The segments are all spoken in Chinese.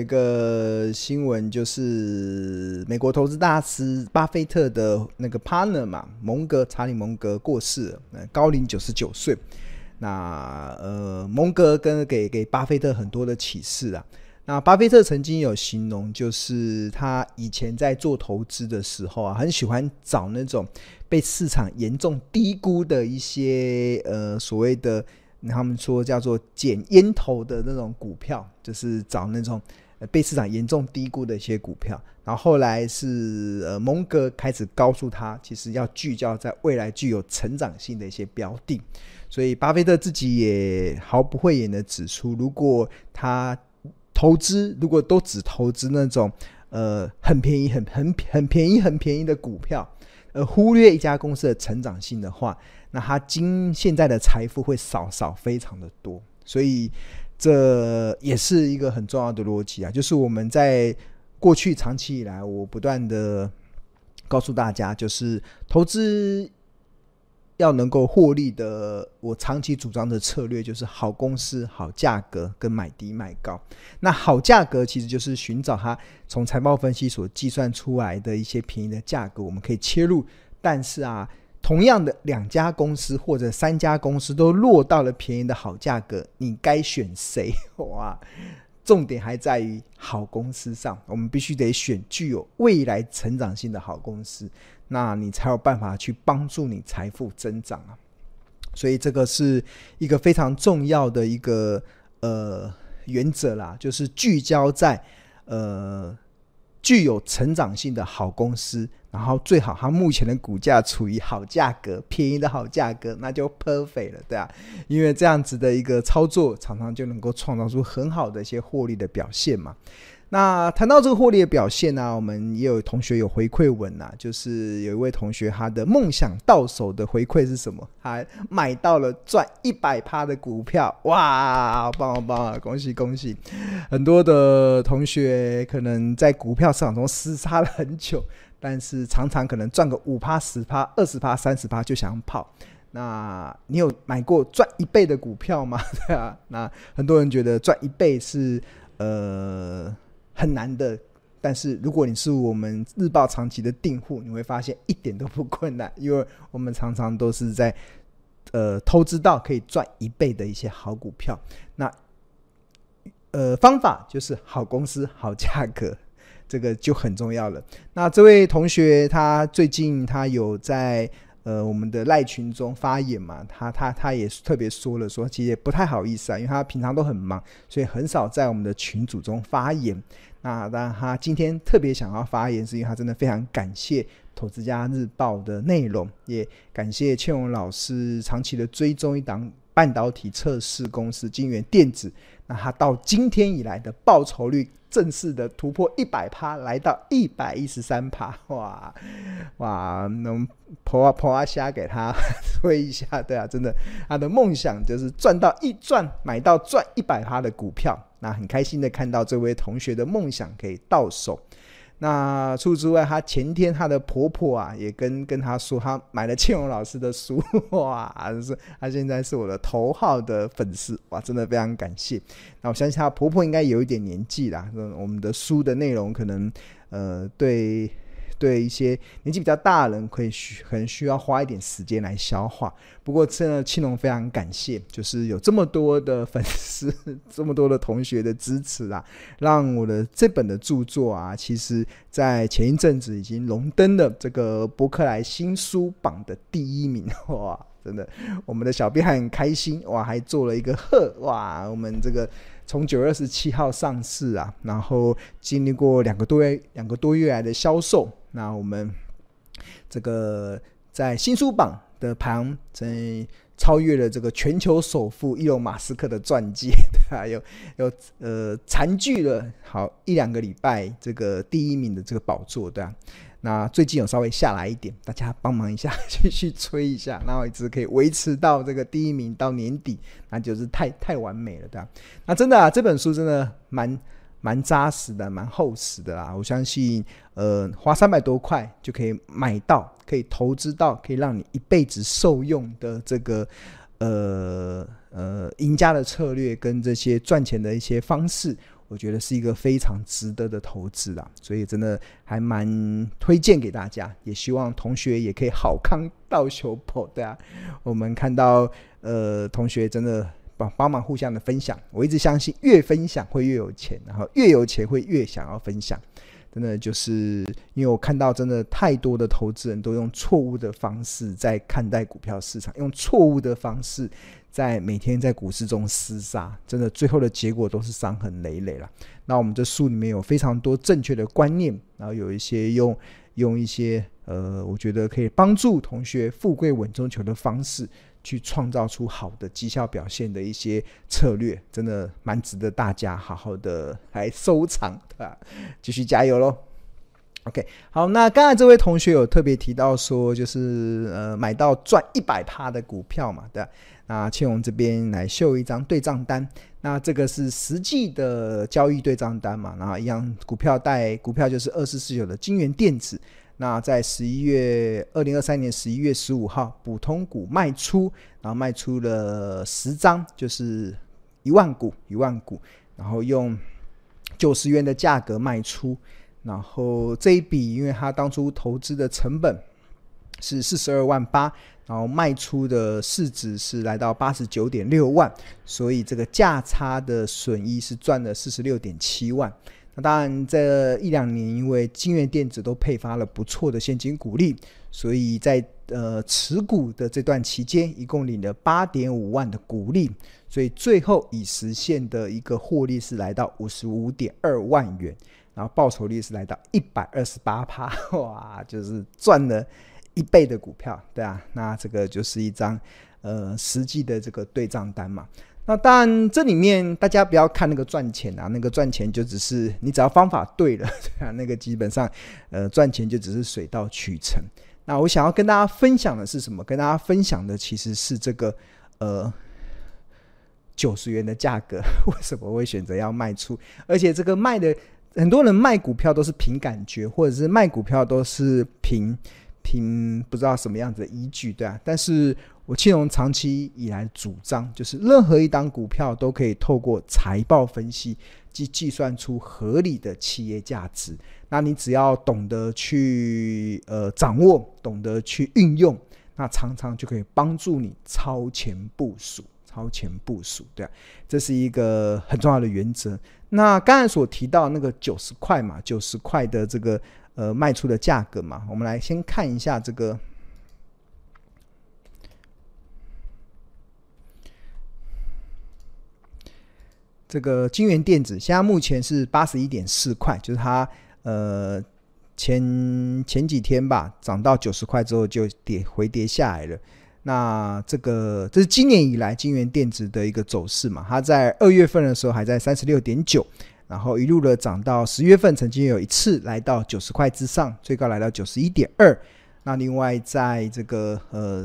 一个新闻，就是美国投资大师巴菲特的那个 partner 嘛，查理蒙格过世了，高龄99岁。那蒙格给巴菲特很多的启示啊。那巴菲特曾经有形容，就是他以前在做投资的时候啊，很喜欢找那种被市场严重低估的一些所谓的他们说叫做捡烟头的那种股票，就是找那种被市场严重低估的一些股票。然后后来是蒙格开始告诉他，其实要聚焦在未来具有成长性的一些标的。所以巴菲特自己也毫不讳言的指出，如果他投资如果都只投资那种很便宜很便宜的股票，忽略一家公司的成长性的话，那他现在的财富会少非常的多。所以这也是一个很重要的逻辑啊，就是我们在过去长期以来，我不断的告诉大家，就是投资要能够获利的，我长期主张的策略就是好公司、好价格跟买低卖高。那好价格其实就是寻找它从财报分析所计算出来的一些便宜的价格，我们可以切入。但是啊，同样的2家公司或者3家公司都落到了便宜的好价格，你该选谁？哇！重点还在于好公司上，我们必须得选具有未来成长性的好公司，那你才有办法去帮助你财富增长啊。所以这个是一个非常重要的一个原则啦，就是聚焦在具有成长性的好公司，然后最好它目前的股价处于好价格，便宜的好价格，那就 perfect 了，对啊，因为这样子的一个操作常常就能够创造出很好的一些获利的表现嘛。那谈到这个获利的表现啊，我们也有同学有回馈文啊，就是有一位同学他的梦想到手的回馈是什么？他买到了赚 100% 的股票，哇，好棒好棒啊，恭喜恭喜！很多的同学可能在股票市场中厮杀了很久，但是常常可能赚个 5%、10%、20%、30% 就想跑。那你有买过赚1倍的股票吗？对啊，那很多人觉得赚1倍是很难的，但是如果你是我们日报长期的订户，你会发现一点都不困难，因为我们常常都是在投资到可以赚1倍的一些好股票。那方法就是好公司好价格，这个就很重要了。那这位同学他最近他有在我们的赖群中发言嘛，他也特别说了，说其实也不太好意思啊，因为他平常都很忙，所以很少在我们的群组中发言。那当然他今天特别想要发言，是因为他真的非常感谢投资家日报的内容，也感谢倩蓉老师长期的追踪一档半导体测试公司晶圆电子，那他到今天以来的报酬率正式的突破 100%， 来到 113%， 哇，能泼虾给他推一下，对啊，真的，他的梦想就是买到赚 100% 的股票，那很开心的看到这位同学的梦想可以到手。那除此之外，他前天他的婆婆啊也跟他说，他买了倩蓉老师的书，哇，他现在是我的头号的粉丝，哇，真的非常感谢。那我相信他婆婆应该有一点年纪啦，我们的书的内容可能对一些年纪比较大的人可能需要花一点时间来消化。不过真的庆隆非常感谢，就是有这么多的粉丝，这么多的同学的支持啊，让我的这本的著作啊，其实在前一阵子已经荣登了这个博客来新书榜的第1名，哇，真的，我们的小编还很开心，哇，还做了一个贺，哇，我们这个从9月27号上市啊，然后经历过2个多月来的销售，那我们这个在新书榜的排行超越了这个全球首富伊隆马斯克的传记，对啊，有残据了好1-2个礼拜这个第1名的这个宝座，对啊。那最近有稍微下来一点，大家帮忙一下，继续吹一下，然后一直可以维持到这个第1名到年底，那就是太完美了，对吧？那真的啊，这本书真的蛮扎实的，蛮厚实的啦。我相信，花300多块就可以买到，可以投资到，可以让你一辈子受用的这个赢家的策略跟这些赚钱的一些方式， 我觉得是一个非常值得的投资啦，所以真的还蛮推荐给大家，也希望同学也可以好康到手破，对啊，我们看到同学真的帮忙互相的分享，我一直相信越分享会越有钱，然后越有钱会越想要分享，真的就是因为我看到真的太多的投资人都用错误的方式在看待股票市场，用错误的方式在每天在股市中厮杀，真的最后的结果都是伤痕累累啦。那我们这书里面有非常多正确的观念，然后有一些用一些我觉得可以帮助同学富贵稳中求的方式去创造出好的绩效表现的一些策略，真的蛮值得大家好好的来收藏，对吧？继续加油咯。OK， 好，那刚才这位同学有特别提到说，就是买到赚100%的股票嘛，对吧？那庆荣这边来秀一张对账单，那这个是实际的交易对账单嘛，然后一样股票就是2449的金源电子，那在2023年11月15号普通股卖出，然后卖出了10张，就是1万股，然后用90元的价格卖出，然后这一笔因为他当初投资的成本是42万8，然后卖出的市值是来到 89.6 万，所以这个价差的损益是赚了 46.7 万。那当然这1-2年因为金源电子都配发了不错的现金股利，所以在持股的这段期间一共领了 8.5 万的股利，所以最后已实现的一个获利是来到 55.2 万元，然后报酬率是来到 128%， 哇，就是赚了1倍的股票，对啊，那这个就是一张实际的这个对账单嘛。那当然这里面大家不要看那个赚钱啊，那个赚钱就只是你只要方法对了，对啊，那个基本上赚钱就只是水到渠成。那我想要跟大家分享的是什么？跟大家分享的其实是这个90元的价格，为什么会选择要卖出？而且这个卖的很多人卖股票都是凭感觉，或者是卖股票都是凭不知道什么样子的依据，对啊。但是我庆荣长期以来主张，就是任何一档股票都可以透过财报分析及计算出合理的企业价值。那你只要懂得去掌握，懂得去运用，那常常就可以帮助你超前部署，对啊，这是一个很重要的原则。那刚才所提到那个90块嘛，90块的这个卖出的价格嘛，我们来先看一下这个金源电子，现在目前是 81.4 块，就是它前几天吧涨到90块之后就回跌下来了。那这是今年以来金源电子的一个走势嘛，它在2月份的时候还在 36.9， 然后一路的涨到10月份曾经有一次来到90块之上，最高来到 91.2。 那另外在这个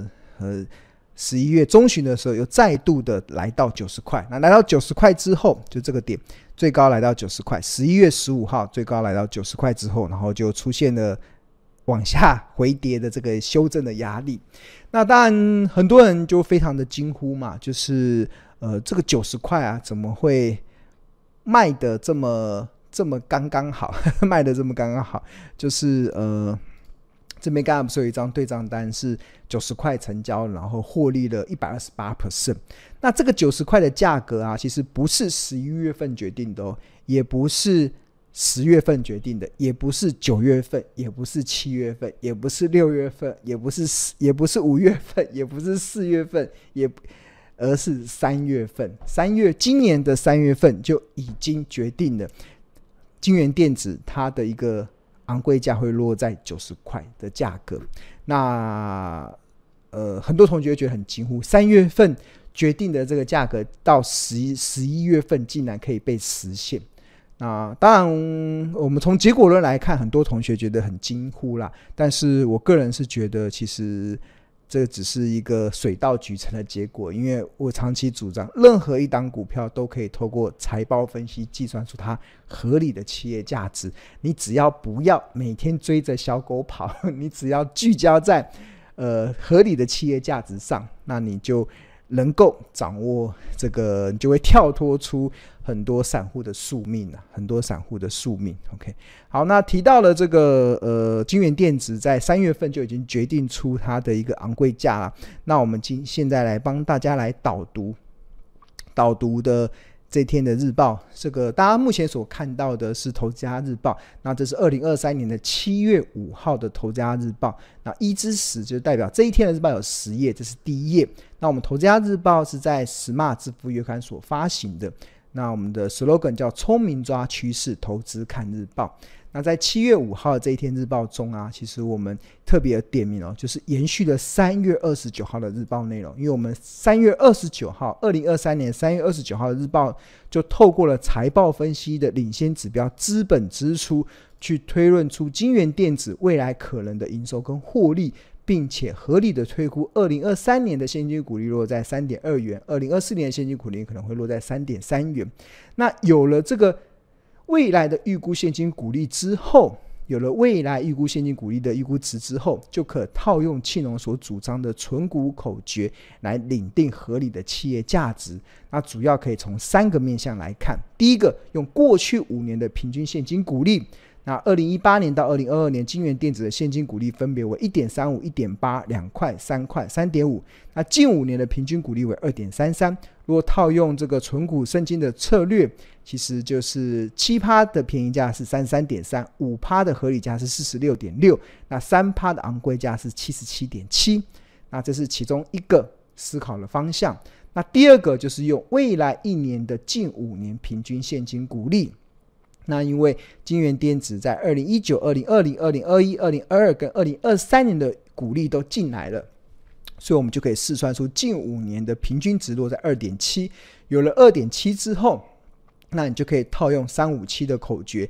11月中旬的时候又再度的来到90块，那来到90块之后，就这个点最高来到90块，11月15号最高来到90块之后，然后就出现了往下回跌的这个修正的压力。那当然很多人就非常的惊呼嘛，就是这个90块啊怎么会卖的这么刚刚好卖的这么刚刚好，就是这边刚才不是有一张对账单是90块成交，然后获利了 128%。 那这个90块的价格啊，其实不是11月份决定的哦，也不是10月份决定的，也不是9月份，也不是7月份，也不是6月份，也不是5月份，也不是4月份，而是3月份。今年的3月份就已经决定了金源电子它的一个昂贵价会落在90块的价格。那很多同学觉得很惊呼，3月份决定的这个价格到11月份竟然可以被实现。那当然我们从结果论来看，很多同学觉得很惊呼啦，但是我个人是觉得其实这只是一个水到渠成的结果，因为我长期主张任何一档股票都可以透过财报分析计算出它合理的企业价值。你只要不要每天追着小狗跑，你只要聚焦在合理的企业价值上，那你就能够掌握这个，你就会跳脱出很多散户的宿命啊，很多散户的宿命。OK， 好，那提到了这个金元电子在3月份就已经决定出它的一个昂贵价了。那我们现在来帮大家来导读的这天的日报，这个大家目前所看到的是投资家日报，那这是2023年的7月5号的投资家日报，那1之10就代表这一天的日报有10页，这是第1页。那我们投资家日报是在 Smart 致富月刊所发行的，那我们的 slogan 叫聪明抓趋势，投资看日报。那在7月5号这一天日报中啊，其实我们特别点名就是延续了3月29号的日报内容，因为我们3月29号2023年3月29号的日报就透过了财报分析的领先指标资本支出，去推论出金元电子未来可能的营收跟获利，并且合理的推估2023年的现金股利落在 3.2 元，2024年的现金股利可能会落在 3.3 元。那有了这个未来的预估现金股利之后，有了未来预估现金股利的预估值之后，就可套用庆农所主张的存股口诀来领定合理的企业价值。那主要可以从3个面向来看。第一个，用过去5年的平均现金股利。那2018年到2022年金元电子的现金股利分别为 1.35、1.8、2块、3块、3.5， 那近5年的平均股利为 2.33。 如果套用这个存股生金的策略，其实就是 7% 的便宜价是 33.3， 5% 的合理价是 46.6， 那 3% 的昂贵价是 77.7。 那这是其中一个思考的方向。那第二个就是用未来1年的近5年平均现金股利。那因为金元电子在2019、2020、2021、2022跟2023年的股利都进来了，所以我们就可以试算出近5年的平均值落在 2.7。 有了 2.7 之后，那你就可以套用357的口诀，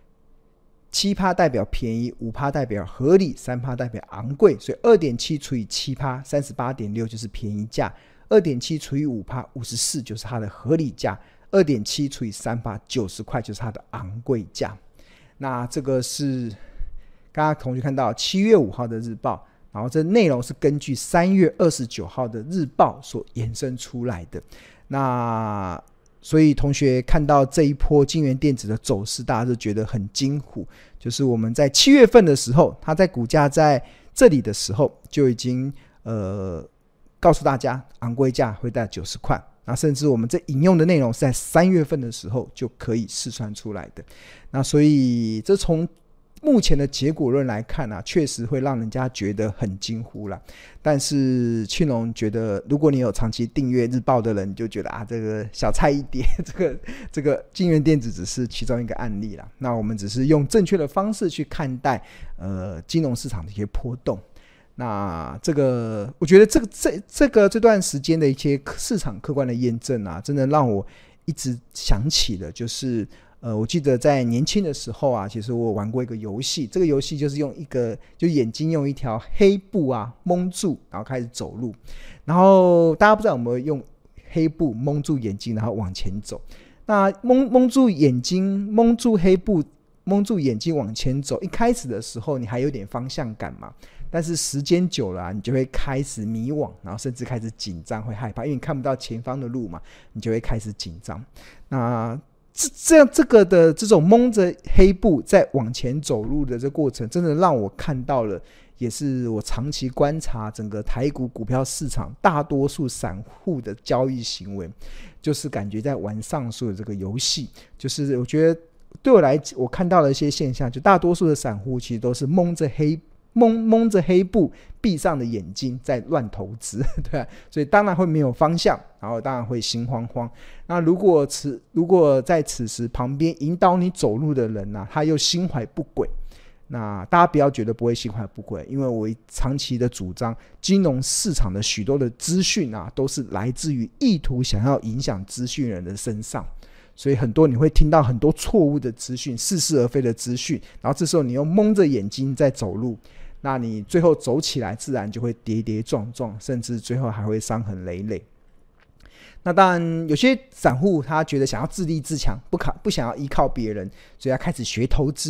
7% 代表便宜， 5% 代表合理， 3% 代表昂贵，所以 2.7 除以 7% 38.6 就是便宜价， 2.7 除以 5% 54就是它的合理价， 2.7 除以 3% 90块就是它的昂贵价。那这个是刚刚同学看到7月5号的日报，然后这内容是根据3月29号的日报所延伸出来的。那所以同学看到这一波金元电子的走势，大家就觉得很惊呼，就是我们在7月份的时候，它在股价在这里的时候就已经告诉大家昂贵价会在90块，那甚至我们这引用的内容是在3月份的时候就可以试算出来的。那所以这从目前的结果论来看啊，确实会让人家觉得很惊呼啦。但是庆隆觉得，如果你有长期订阅日报的人，你就觉得啊，这个小菜一碟，这个金元电子只是其中一个案例啦。那我们只是用正确的方式去看待金融市场的一些波动。那这个我觉得这段时间的一些市场客观的验证啊，真的让我一直想起了就是我记得在年轻的时候啊，其实我玩过一个游戏，这个游戏就是就眼睛用一条黑布啊蒙住，然后开始走路。然后大家不知道有没有用黑布蒙住眼睛然后往前走。那蒙住眼睛，蒙住黑布，蒙住眼睛往前走，一开始的时候你还有点方向感嘛，但是时间久了啊，你就会开始迷惘，然后甚至开始紧张，会害怕，因为你看不到前方的路嘛，你就会开始紧张。那这个的这种蒙着黑布在往前走路的这过程，真的让我看到了，也是我长期观察整个台股股票市场大多数散户的交易行为，就是感觉在玩上述的这个游戏。就是我觉得对我来讲，我看到了一些现象，就大多数的散户其实都是蒙着黑布，闭上的眼睛在乱投资，对啊，所以当然会没有方向，然后当然会心慌慌。那如果在此时旁边引导你走路的人啊，他又心怀不轨，那大家不要觉得不会心怀不轨，因为我长期的主张，金融市场的许多的资讯啊，都是来自于意图想要影响资讯人的身上。所以很多你会听到很多错误的资讯，似是而非的资讯，然后这时候你又蒙着眼睛在走路，那你最后走起来自然就会跌跌撞撞，甚至最后还会伤痕累累。那当然有些散户他觉得想要自立自强，不想要依靠别人，所以他开始学投资，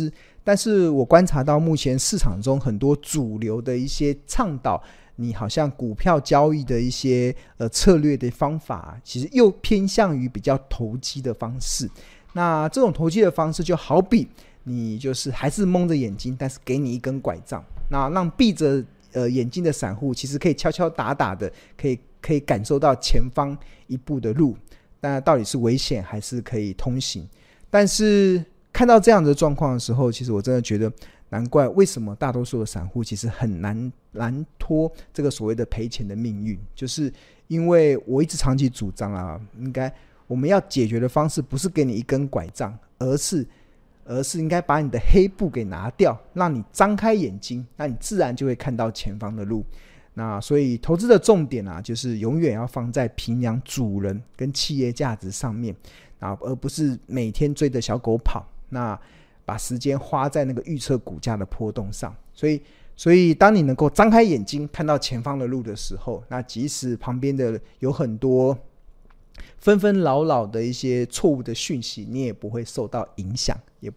但是我观察到目前市场中很多主流的一些倡导你好像股票交易的一些策略的方法，其实又偏向于比较投机的方式。那这种投机的方式就好比你就是还是蒙着眼睛，但是给你一根拐杖，那让闭着眼睛的散户其实可以敲敲打打的可以感受到前方一步的路，那到底是危险还是可以通行。但是看到这样的状况的时候，其实我真的觉得难怪为什么大多数的散户其实很难脱这个所谓的赔钱的命运，就是因为我一直长期主张啊，应该我们要解决的方式不是给你一根拐杖，而是应该把你的黑布给拿掉，让你张开眼睛，那你自然就会看到前方的路。那所以投资的重点啊，就是永远要放在评量主人跟企业价值上面，而不是每天追着小狗跑，那把时间花在那个预测股价的波动上。所以当你能够张开眼睛看到前方的路的时候，那即使旁边的有很多纷纷扰扰的一些错误的讯息，你也不会受到影响。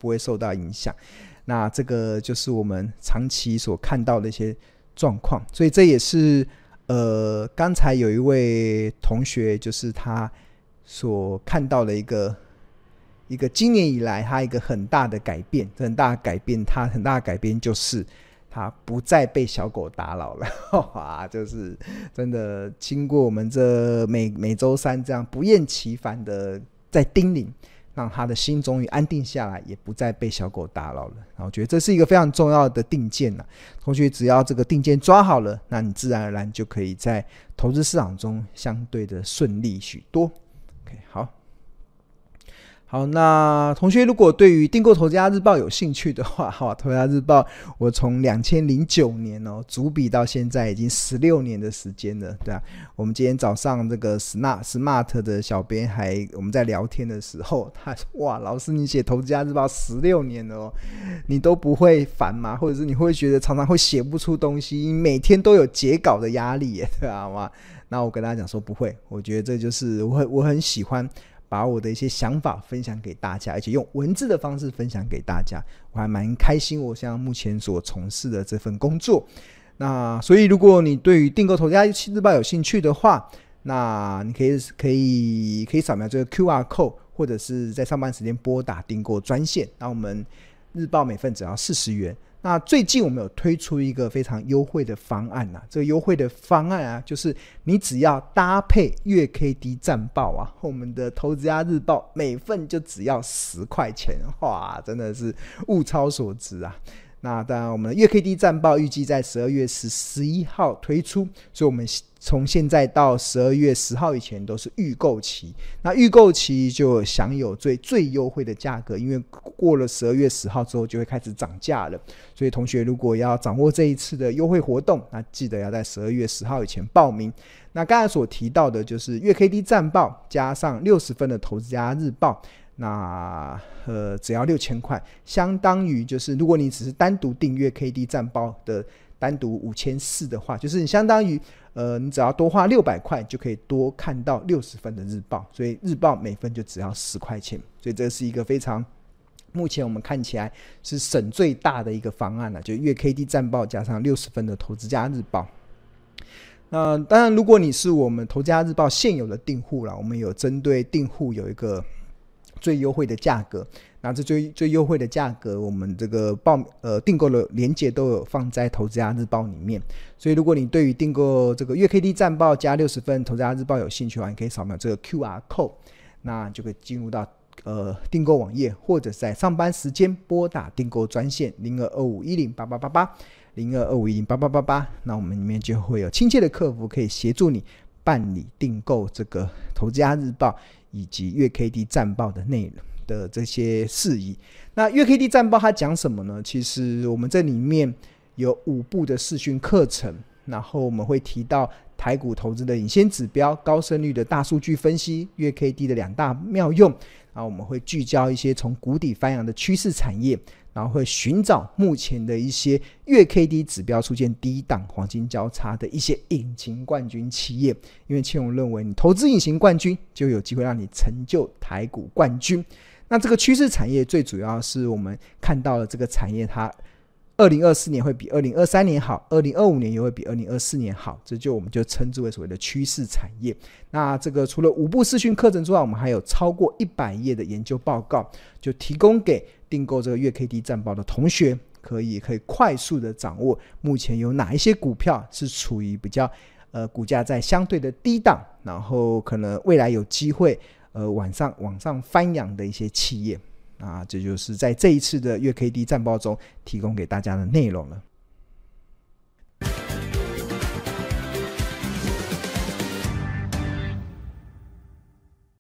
那这个就是我们长期所看到的一些状况。所以这也是刚才有一位同学，就是他所看到的一个今年以来他一个很大的改变，他很大的改变就是他不再被小狗打扰了哇，就是真的经过我们这每周三这样不厌其烦的在叮咛，让他的心终于安定下来，也不再被小狗打扰了。然后我觉得这是一个非常重要的定见同学只要这个定见抓好了，那你自然而然就可以在投资市场中相对的顺利许多。 OK， 好，那同学如果对于订购投资家日报有兴趣的话，投资家日报我从2009年主笔到现在已经16年的时间了，对啊。我们今天早上这个 Smart 的小编我们在聊天的时候，他说哇，老师你写投资家日报16年了你都不会烦吗？或者是你会觉得常常会写不出东西，你每天都有截稿的压力耶，对啊。哇，那我跟大家讲说不会，我觉得这就是我很喜欢把我的一些想法分享给大家，而且用文字的方式分享给大家，我还蛮开心我现在目前所从事的这份工作。那所以如果你对于订购投资家日报有兴趣的话，那你可以扫描这个 QR code， 或者是在上班时间拨打订购专线，那我们日报每份只要40元。那最近我们有推出一个非常优惠的方案这个优惠的方案就是你只要搭配月 KD 战报我们的投资家日报每份就只要10块钱，哇，真的是物超所值那当然我们的月 KD 战报预计在12月11号推出，所以我们从现在到12月10号以前都是预购期，那预购期就享有最优惠的价格，因为过了12月10号之后就会开始涨价了。所以同学如果要掌握这一次的优惠活动，那记得要在12月10号以前报名。那刚才所提到的就是月 KD 战报加上60份的投资家日报，那只要6000块，相当于就是如果你只是单独订阅 KD 战报的单独5400的话，就是你相当于你只要多花600块就可以多看到60份的日报，所以日报每份就只要10块钱，所以这是一个非常目前我们看起来是省最大的一个方案就月 KD 战报加上60份的投资家日报。那当然如果你是我们投资家日报现有的订户我们有针对订户有一个最优惠的价格，那这最优惠的价格我们这个订购的连结都有放在投资家日报里面，所以如果你对于订购这个月 KD 战报加60份投资家日报有兴趣的话，你可以扫描这个 QR code， 那就可以进入到订购网页，或者在上班时间拨打订购专线0225108888 0225108888，那我们里面就会有亲切的客服可以协助你办理订购这个投资家日报以及月 KD 战报的内容的这些事宜。那月 KD 战报它讲什么呢？其实我们这里面有5部的视讯课程，然后我们会提到台股投资的领先指标、高胜率的大数据分析、月 KD 的2大妙用，然后我们会聚焦一些从谷底翻扬的趋势产业，然后会寻找目前的一些月 KD 指标出现低档黄金交叉的一些隐形冠军企业，因为庆荣认为你投资隐形冠军就有机会让你成就台股冠军。 那这个趋势产业最主要是我们看到了这个产业它2024年会比2023年好，2025年也会比2024年好，这我们就称之为所谓的趋势产业。那这个除了5部视讯课程之外，我们还有超过100页的研究报告，就提供给订购这个月 K D 战报的同学，可以快速的掌握目前有哪一些股票是处于比较股价在相对的低档，然后可能未来有机会往上翻扬的一些企业。这就是在这一次的月 K D 战报中提供给大家的内容了。